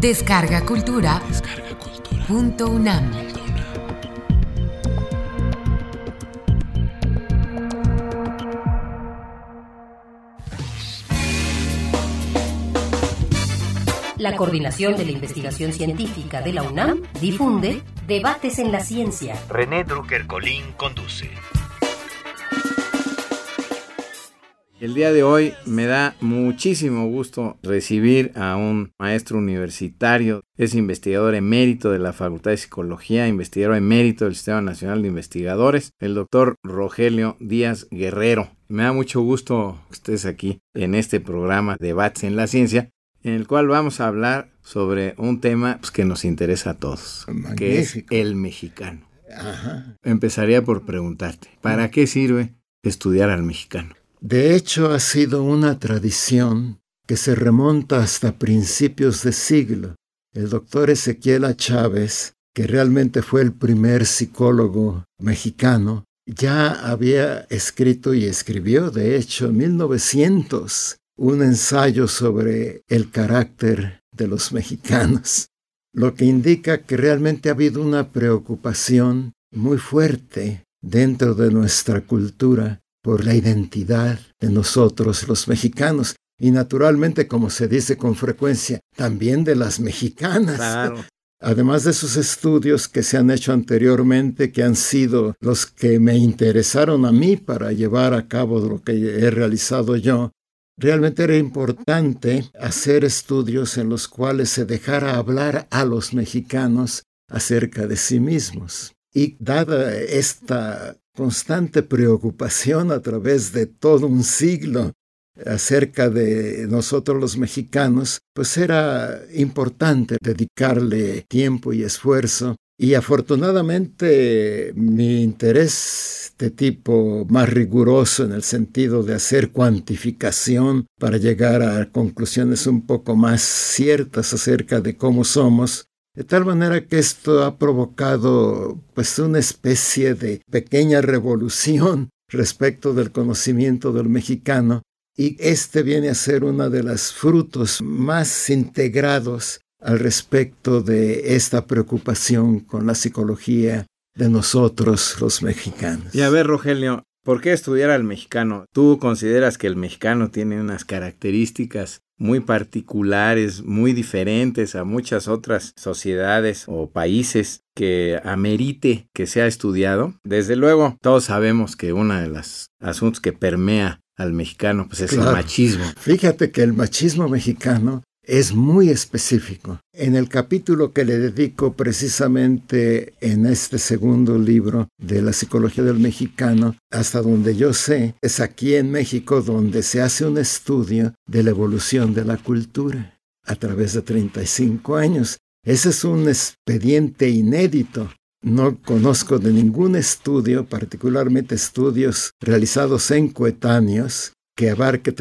Descarga Cultura. .unam. La Coordinación de la Investigación Científica de la UNAM difunde Debates en la Ciencia. René Drucker Colín conduce. El día de hoy me da muchísimo gusto recibir a un maestro universitario. Es investigador emérito de la Facultad de Psicología, investigador emérito del Sistema Nacional de Investigadores, el doctor Rogelio Díaz Guerrero. Me da mucho gusto que estés aquí en este programa Debates en la Ciencia, en el cual vamos a hablar sobre un tema que nos interesa a todos, magnífico, que es el mexicano. Ajá. Empezaría por preguntarte, ¿para qué sirve estudiar al mexicano? De hecho, ha sido una tradición que se remonta hasta principios de siglo. El doctor Ezequiel A. Chávez, que realmente fue el primer psicólogo mexicano, ya había escrito y escribió, de hecho, en 1900, un ensayo sobre el carácter de los mexicanos, lo que indica que realmente ha habido una preocupación muy fuerte dentro de nuestra cultura por la identidad de nosotros los mexicanos y naturalmente, como se dice con frecuencia, también de las mexicanas. Claro. Además de sus estudios que se han hecho anteriormente, que han sido los que me interesaron a mí para llevar a cabo lo que he realizado yo, realmente era importante hacer estudios en los cuales se dejara hablar a los mexicanos acerca de sí mismos. Y dada esta constante preocupación a través de todo un siglo acerca de nosotros los mexicanos, pues era importante dedicarle tiempo y esfuerzo. Y afortunadamente mi interés de tipo más riguroso en el sentido de hacer cuantificación para llegar a conclusiones un poco más ciertas acerca de cómo somos, de tal manera que esto ha provocado pues una especie de pequeña revolución respecto del conocimiento del mexicano, y este viene a ser uno de los frutos más integrados al respecto de esta preocupación con la psicología de nosotros los mexicanos. Y a ver, Rogelio, ¿por qué estudiar al mexicano? ¿Tú consideras que el mexicano tiene unas características muy particulares, muy diferentes a muchas otras sociedades o países que amerite que sea estudiado? Desde luego, todos sabemos que uno de los asuntos que permea al mexicano pues es el machismo. Fíjate que el machismo mexicano es muy específico. En el capítulo que le dedico precisamente en este segundo libro de la psicología del mexicano, hasta donde yo sé, es aquí en México donde se hace un estudio de la evolución de la cultura a través de 35 años. Ese es un expediente inédito. No conozco de ningún estudio, particularmente estudios realizados en coetáneos, que abarque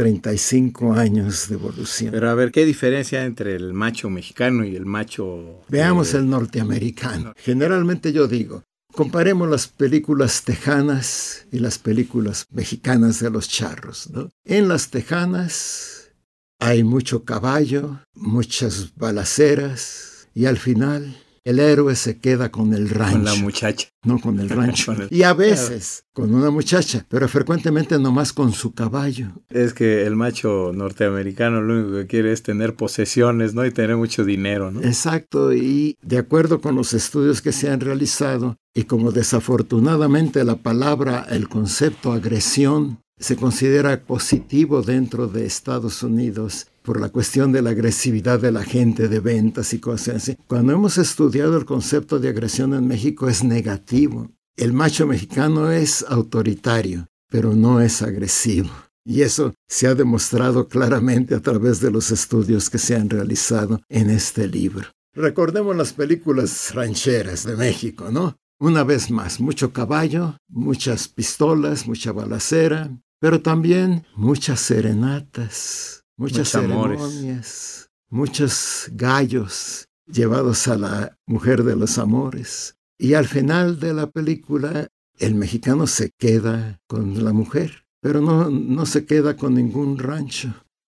35 años de evolución. Pero a ver, ¿qué diferencia hay entre el macho mexicano y el macho? Veamos el norteamericano. Generalmente yo digo, comparemos las películas tejanas y las películas mexicanas de los charros, ¿no? En las tejanas hay mucho caballo, muchas balaceras, y al final el héroe se queda con el rancho. Con la muchacha. No, con el rancho. Y a veces con una muchacha, pero frecuentemente nomás con su caballo. Es que el macho norteamericano lo único que quiere es tener posesiones, ¿no? Y tener mucho dinero, ¿no? Exacto, y de acuerdo con los estudios que se han realizado, y como desafortunadamente la palabra, el concepto agresión, se considera positivo dentro de Estados Unidos por la cuestión de la agresividad de la gente de ventas y cosas así. Cuando hemos estudiado el concepto de agresión en México es negativo. El macho mexicano es autoritario, pero no es agresivo. Y eso se ha demostrado claramente a través de los estudios que se han realizado en este libro. Recordemos las películas rancheras de México, ¿no? Una vez más, mucho caballo, muchas pistolas, mucha balacera, pero también muchas serenatas, muchas ceremonias, muchos gallos llevados a la mujer de los amores. Y al final de la película, el mexicano se queda con la mujer, pero no se queda con ningún rancho.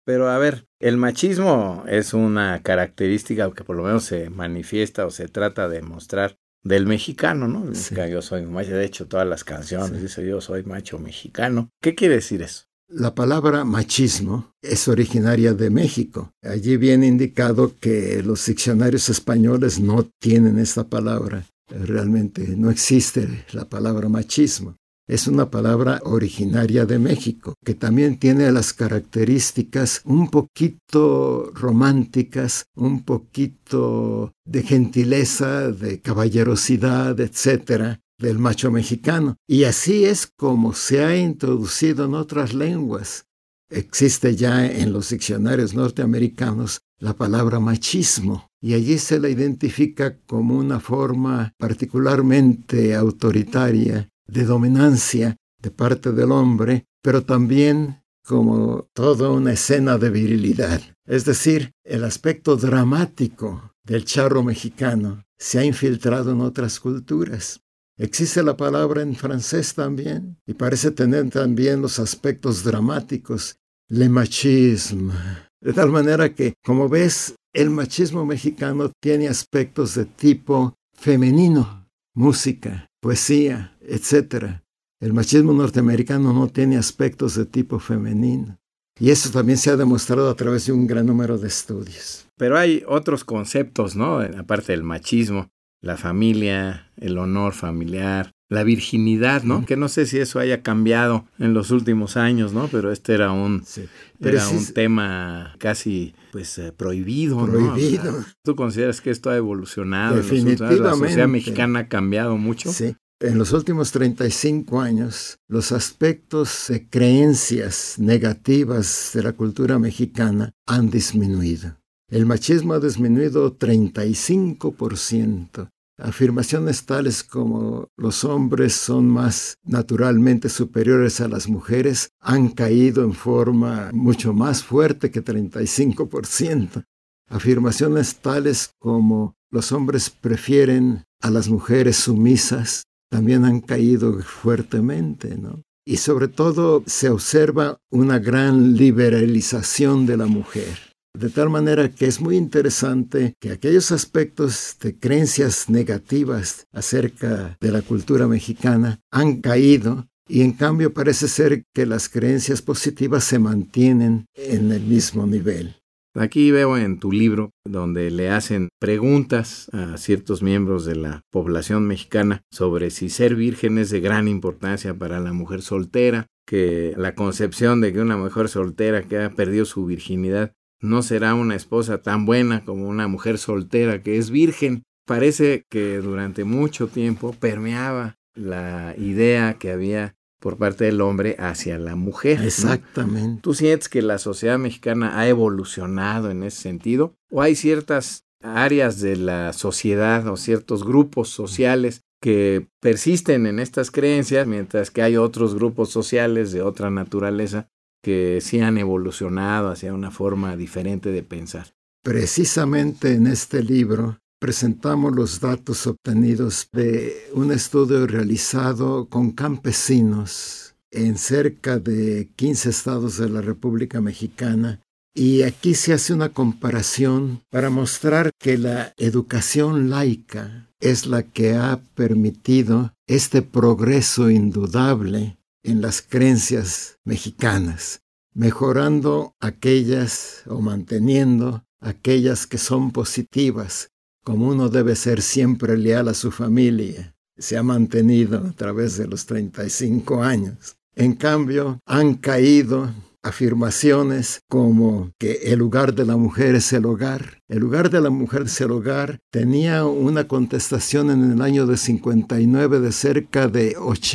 Pero a ver, el machismo es una característica que por lo menos se manifiesta o se trata de mostrar del mexicano, ¿no? Sí. Yo soy macho, de hecho todas las canciones dicen yo soy macho mexicano. ¿Qué quiere decir eso? La palabra machismo es originaria de México. Allí viene indicado que los diccionarios españoles no tienen esta palabra. Realmente no existe la palabra machismo. Es una palabra originaria de México, que también tiene las características un poquito románticas, un poquito de gentileza, de caballerosidad, etcétera, del macho mexicano. Y así es como se ha introducido en otras lenguas. Existe ya en los diccionarios norteamericanos la palabra machismo, y allí se la identifica como una forma particularmente autoritaria de dominancia de parte del hombre, pero también como toda una escena de virilidad. Es decir, el aspecto dramático del charro mexicano se ha infiltrado en otras culturas. Existe la palabra en francés también, y parece tener también los aspectos dramáticos, le machisme. De tal manera que, como ves, el machismo mexicano tiene aspectos de tipo femenino, música, poesía, etc. El machismo norteamericano no tiene aspectos de tipo femenino. Y eso también se ha demostrado a través de un gran número de estudios. Pero hay otros conceptos, ¿no? Aparte del machismo, la familia, el honor familiar, la virginidad, ¿no? Que no sé si eso haya cambiado en los últimos años, ¿no? Pero este era un tema casi, prohibido, ¿no? O sea, ¿tú consideras que esto ha evolucionado? Definitivamente. La sociedad mexicana ha cambiado mucho. Sí. En los últimos 35 años, los aspectos de creencias negativas de la cultura mexicana han disminuido. El machismo ha disminuido 35%. Afirmaciones tales como los hombres son más naturalmente superiores a las mujeres han caído en forma mucho más fuerte que 35%. Afirmaciones tales como los hombres prefieren a las mujeres sumisas también han caído fuertemente, ¿no? Y sobre todo se observa una gran liberalización de la mujer. De tal manera que es muy interesante que aquellos aspectos de creencias negativas acerca de la cultura mexicana han caído y en cambio parece ser que las creencias positivas se mantienen en el mismo nivel. Aquí veo en tu libro donde le hacen preguntas a ciertos miembros de la población mexicana sobre si ser virgen es de gran importancia para la mujer soltera, que la concepción de que una mujer soltera que ha perdido su virginidad no será una esposa tan buena como una mujer soltera que es virgen. Parece que durante mucho tiempo permeaba la idea que había por parte del hombre hacia la mujer. Exactamente. ¿No? ¿Tú sientes que la sociedad mexicana ha evolucionado en ese sentido? ¿O hay ciertas áreas de la sociedad o ciertos grupos sociales que persisten en estas creencias, mientras que hay otros grupos sociales de otra naturaleza que sí han evolucionado hacia una forma diferente de pensar? Precisamente en este libro presentamos los datos obtenidos de un estudio realizado con campesinos en cerca de 15 estados de la República Mexicana. Y aquí se hace una comparación para mostrar que la educación laica es la que ha permitido este progreso indudable en las creencias mexicanas, mejorando aquellas o manteniendo aquellas que son positivas, como uno debe ser siempre leal a su familia. Se ha mantenido a través de los 35 años. En cambio, han caído afirmaciones como que el lugar de la mujer es el hogar. El lugar de la mujer es el hogar. Tenía una contestación en el año de 59 de cerca de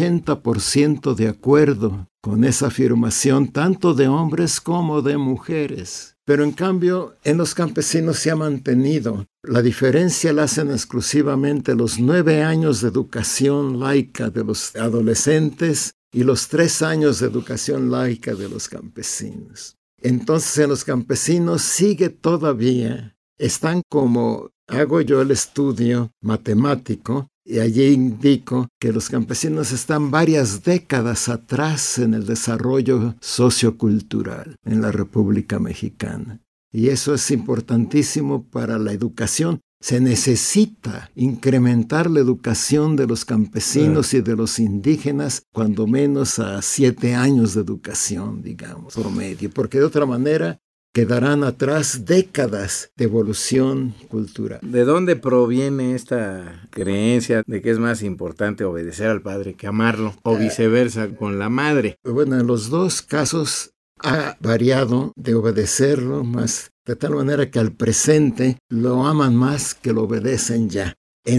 80% de acuerdo con esa afirmación, tanto de hombres como de mujeres. Pero en cambio, en los campesinos se ha mantenido. La diferencia la hacen exclusivamente los 9 años de educación laica de los adolescentes y los 3 años de educación laica de los campesinos. Entonces, en los campesinos sigue todavía, están como, hago yo el estudio matemático, Y allí indico que los campesinos están varias décadas atrás en el desarrollo sociocultural en la República Mexicana. Y eso es importantísimo para la educación. Se necesita incrementar la educación de los campesinos y de los indígenas, cuando menos a 7 años de educación, digamos, promedio, porque de otra manera quedarán atrás décadas de evolución cultural. ¿De dónde proviene esta creencia de que es más importante obedecer al padre que amarlo, o viceversa con la madre? Bueno, en los dos casos ha variado de obedecerlo más, de tal manera que al presente lo aman más que lo obedecen ya. En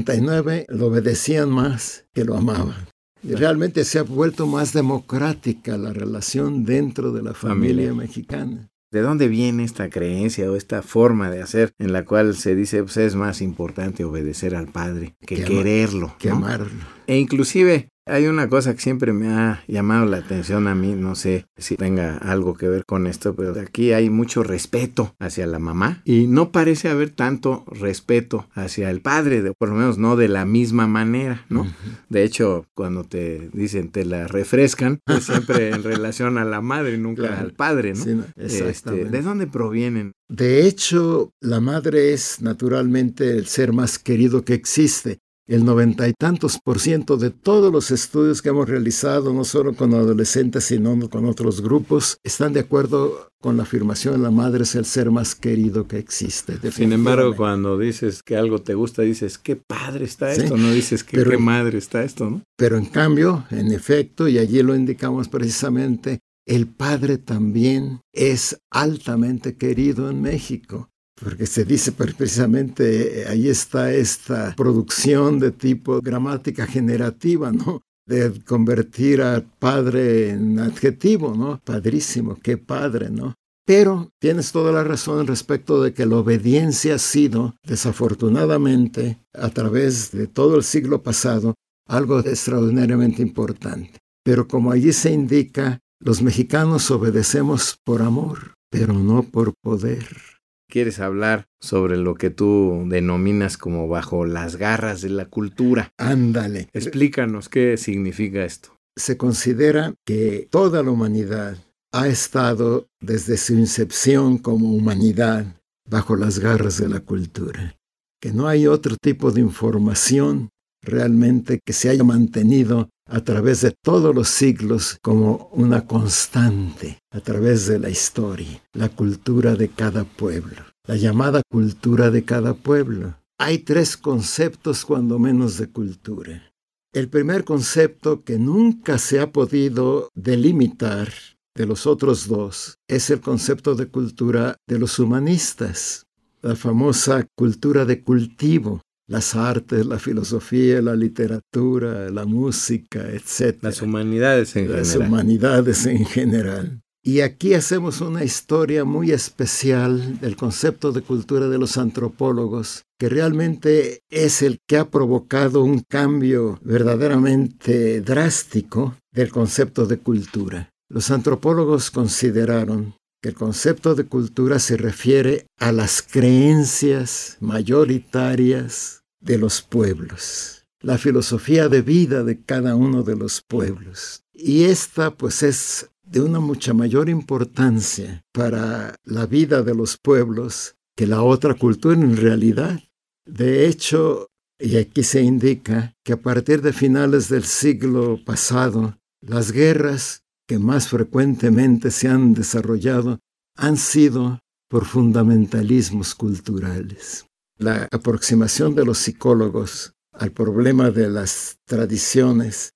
59 lo obedecían más que lo amaban. Y realmente se ha vuelto más democrática la relación dentro de la familia mexicana. ¿De dónde viene esta creencia o esta forma de hacer en la cual se dice pues es más importante obedecer al padre que quererlo, que ¿no? amarlo? E inclusive hay una cosa que siempre me ha llamado la atención a mí, no sé si tenga algo que ver con esto, pero aquí hay mucho respeto hacia la mamá y no parece haber tanto respeto hacia el padre, por lo menos no de la misma manera, ¿no? De hecho, cuando te dicen te la refrescan, es siempre en relación a la madre, nunca al padre, ¿no? Sí, exactamente. ¿De dónde provienen? De hecho, la madre es naturalmente el ser más querido que existe. El 90 y tantos % de todos los estudios que hemos realizado, no solo con adolescentes, sino con otros grupos, están de acuerdo con la afirmación: la madre es el ser más querido que existe. Sin embargo, cuando dices que algo te gusta, dices, qué padre está esto, no dices que qué madre está esto, ¿no? Pero en cambio, en efecto, y allí lo indicamos precisamente, el padre también es altamente querido en México. Porque se dice precisamente, ahí está esta producción de tipo gramática generativa, ¿no? De convertir al padre en adjetivo, ¿no? Padrísimo, qué padre, ¿no? Pero tienes toda la razón respecto de que la obediencia ha sido, desafortunadamente, a través de todo el siglo pasado, algo extraordinariamente importante. Pero como allí se indica, los mexicanos obedecemos por amor, pero no por poder. ¿Quieres hablar sobre lo que tú denominas como bajo las garras de la cultura? Ándale. Explícanos qué significa esto. Se considera que toda la humanidad ha estado desde su incepción como humanidad bajo las garras de la cultura. Que no hay otro tipo de información realmente que se haya mantenido a través de todos los siglos como una constante, a través de la historia, la cultura de cada pueblo, la llamada cultura de cada pueblo. Hay 3 conceptos cuando menos de cultura. El primer concepto, que nunca se ha podido delimitar de los otros 2, es el concepto de cultura de los humanistas, la famosa cultura de cultivo. Las artes, la filosofía, la literatura, la música, etc. Las humanidades en general. Las humanidades en general. Y aquí hacemos una historia muy especial del concepto de cultura de los antropólogos, que realmente es el que ha provocado un cambio verdaderamente drástico del concepto de cultura. Los antropólogos consideraron que el concepto de cultura se refiere a las creencias mayoritarias de los pueblos, la filosofía de vida de cada uno de los pueblos. Y esta pues es de una mucha mayor importancia para la vida de los pueblos que la otra cultura en realidad. De hecho, y aquí se indica que a partir de finales del siglo pasado, las guerras que más frecuentemente se han desarrollado han sido por fundamentalismos culturales. La aproximación de los psicólogos al problema de las tradiciones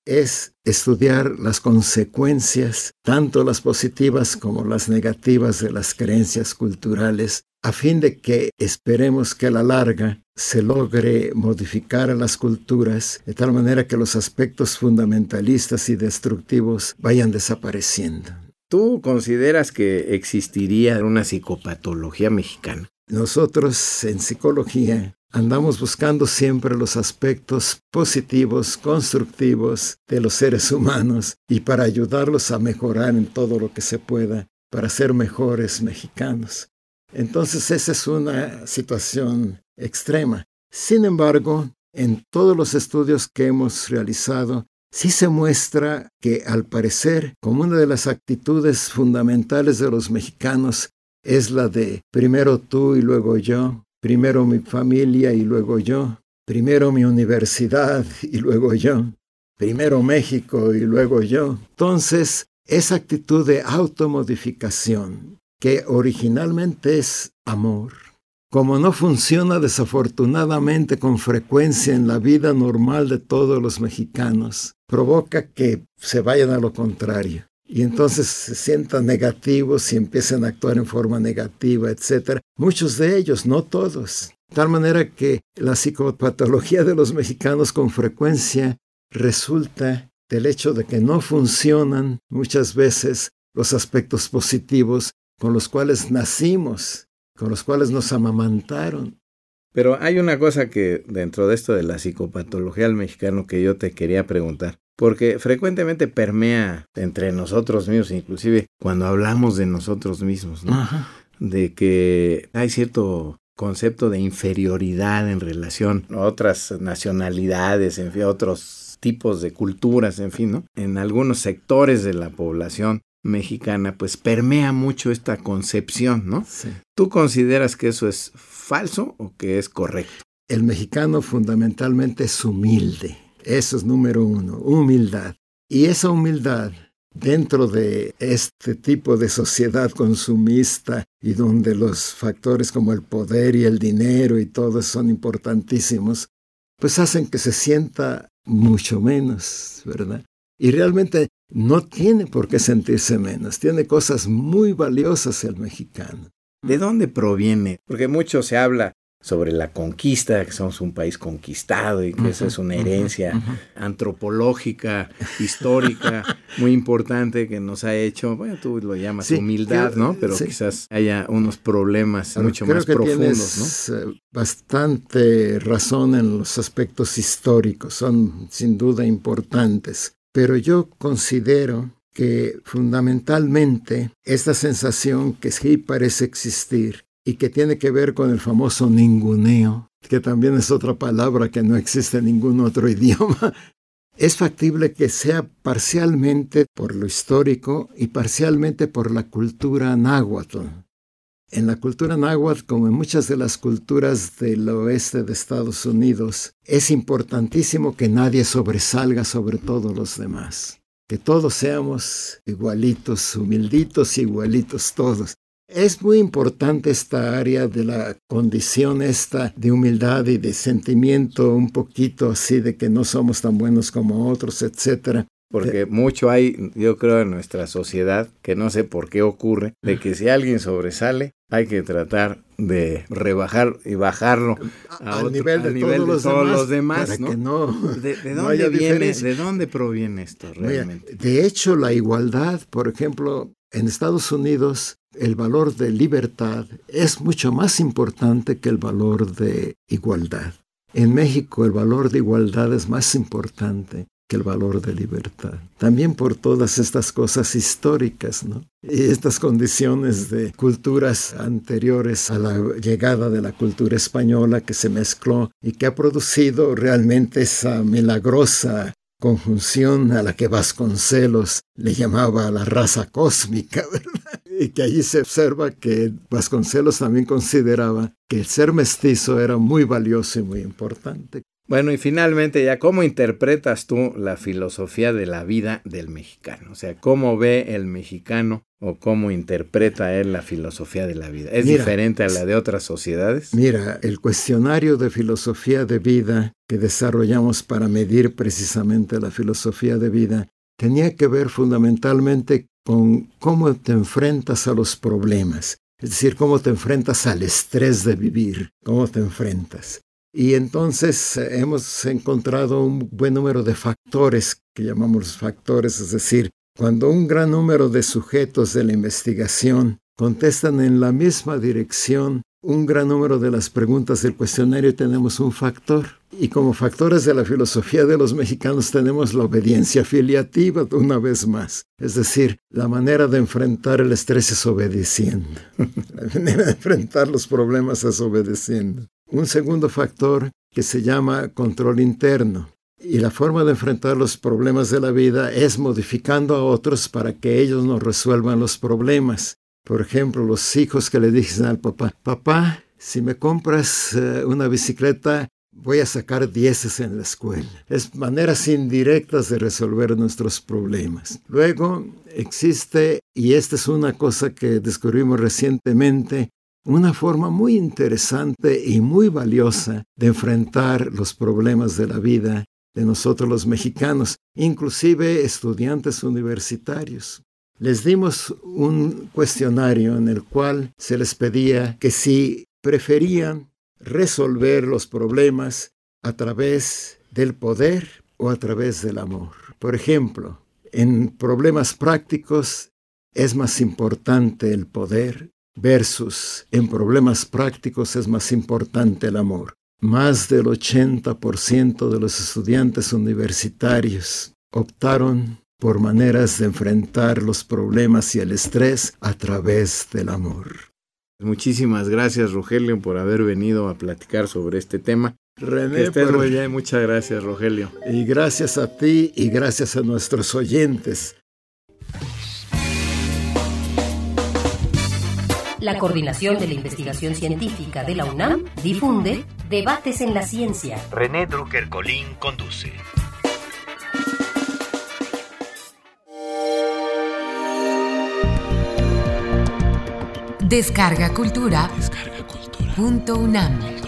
es estudiar las consecuencias, tanto las positivas como las negativas de las creencias culturales, a fin de que esperemos que a la larga se logre modificar a las culturas de tal manera que los aspectos fundamentalistas y destructivos vayan desapareciendo. ¿Tú consideras que existiría una psicopatología mexicana? Nosotros en psicología andamos buscando siempre los aspectos positivos, constructivos de los seres humanos y para ayudarlos a mejorar en todo lo que se pueda para ser mejores mexicanos. Entonces esa es una situación extrema. Sin embargo, en todos los estudios que hemos realizado, sí se muestra que, al parecer, como una de las actitudes fundamentales de los mexicanos es la de primero tú y luego yo, primero mi familia y luego yo, primero mi universidad y luego yo, primero México y luego yo. Entonces, esa actitud de automodificación, que originalmente es amor, como no funciona desafortunadamente con frecuencia en la vida normal de todos los mexicanos, provoca que se vayan a lo contrario. Y entonces se sientan negativos y empiezan a actuar en forma negativa, etc. Muchos de ellos, no todos. De tal manera que la psicopatología de los mexicanos con frecuencia resulta del hecho de que no funcionan muchas veces los aspectos positivos con los cuales nacimos, con los cuales nos amamantaron. Pero hay una cosa que dentro de esto de la psicopatología del mexicano que yo te quería preguntar, porque frecuentemente permea entre nosotros mismos, inclusive cuando hablamos de nosotros mismos, ¿no? Ajá. De que hay cierto concepto de inferioridad en relación a otras nacionalidades, en fin, a otros tipos de culturas, en fin, ¿no? En algunos sectores de la población mexicana, pues permea mucho esta concepción, ¿no? Sí. ¿Tú consideras que eso es falso o que es correcto? El mexicano fundamentalmente es humilde. Eso es número uno, humildad. Y esa humildad, dentro de este tipo de sociedad consumista y donde los factores como el poder y el dinero y todo son importantísimos, pues hacen que se sienta mucho menos, ¿verdad? Y realmente no tiene por qué sentirse menos. Tiene cosas muy valiosas el mexicano. ¿De dónde proviene? Porque mucho se habla sobre la conquista, que somos un país conquistado y que eso es una herencia antropológica, histórica, muy importante que nos ha hecho, bueno, tú lo llamas humildad, ¿no? Pero quizás haya unos problemas mucho más profundos, ¿no? Bastante razón en los aspectos históricos, son sin duda importantes. Pero yo considero que fundamentalmente esta sensación que sí parece existir y que tiene que ver con el famoso ninguneo, que también es otra palabra que no existe en ningún otro idioma, es factible que sea parcialmente por lo histórico y parcialmente por la cultura náhuatl. En la cultura náhuatl, como en muchas de las culturas del oeste de Estados Unidos, es importantísimo que nadie sobresalga sobre todos los demás. Que todos seamos igualitos, humilditos, igualitos todos. Es muy importante esta área de la condición esta de humildad y de sentimiento un poquito así de que no somos tan buenos como otros, etcétera. Porque mucho hay, yo creo, en nuestra sociedad, que no sé por qué ocurre, de que si alguien sobresale, hay que tratar de rebajar y bajarlo al nivel de todos los demás, ¿no? Que no, ¿De dónde viene? ¿De dónde proviene esto realmente? Mira, de hecho, la igualdad, por ejemplo, en Estados Unidos, el valor de libertad es mucho más importante que el valor de igualdad. En México, el valor de igualdad es más importante que el valor de libertad. También por todas estas cosas históricas, ¿no? Y estas condiciones de culturas anteriores a la llegada de la cultura española que se mezcló y que ha producido realmente esa milagrosa conjunción a la que Vasconcelos le llamaba la raza cósmica, ¿verdad? Y que allí se observa que Vasconcelos también consideraba que el ser mestizo era muy valioso y muy importante. Bueno, y finalmente ya, ¿cómo interpretas tú la filosofía de la vida del mexicano? O sea, ¿cómo ve el mexicano o cómo interpreta él la filosofía de la vida? ¿Es diferente a la de otras sociedades? Mira, el cuestionario de filosofía de vida que desarrollamos para medir precisamente la filosofía de vida tenía que ver fundamentalmente con cómo te enfrentas a los problemas. Es decir, cómo te enfrentas al estrés de vivir, cómo te enfrentas. Y entonces hemos encontrado un buen número de factores, que llamamos factores, es decir, cuando un gran número de sujetos de la investigación contestan en la misma dirección un gran número de las preguntas del cuestionario, tenemos un factor. Y como factores de la filosofía de los mexicanos tenemos la obediencia filiativa, una vez más. Es decir, la manera de enfrentar el estrés es obedeciendo. La manera de enfrentar los problemas es obedeciendo. Un segundo factor que se llama control interno. Y la forma de enfrentar los problemas de la vida es modificando a otros para que ellos nos resuelvan los problemas. Por ejemplo, los hijos que le dicen al papá, papá, si me compras una bicicleta, voy a sacar 10 en la escuela. Es maneras indirectas de resolver nuestros problemas. Luego existe, y esta es una cosa que descubrimos recientemente, una forma muy interesante y muy valiosa de enfrentar los problemas de la vida de nosotros los mexicanos, inclusive estudiantes universitarios. Les dimos un cuestionario en el cual se les pedía que si preferían resolver los problemas a través del poder o a través del amor. Por ejemplo, en problemas prácticos es más importante el poder versus en problemas prácticos es más importante el amor. Más del 80% de los estudiantes universitarios optaron por maneras de enfrentar los problemas y el estrés a través del amor. Muchísimas gracias, Rogelio, por haber venido a platicar sobre este tema. René, que estés muy bien. Muchas gracias, Rogelio. Y gracias a ti y gracias a nuestros oyentes. La Coordinación de la Investigación Científica de la UNAM difunde Debates en la Ciencia. René Drucker Colín conduce. Descarga Cultura. .unam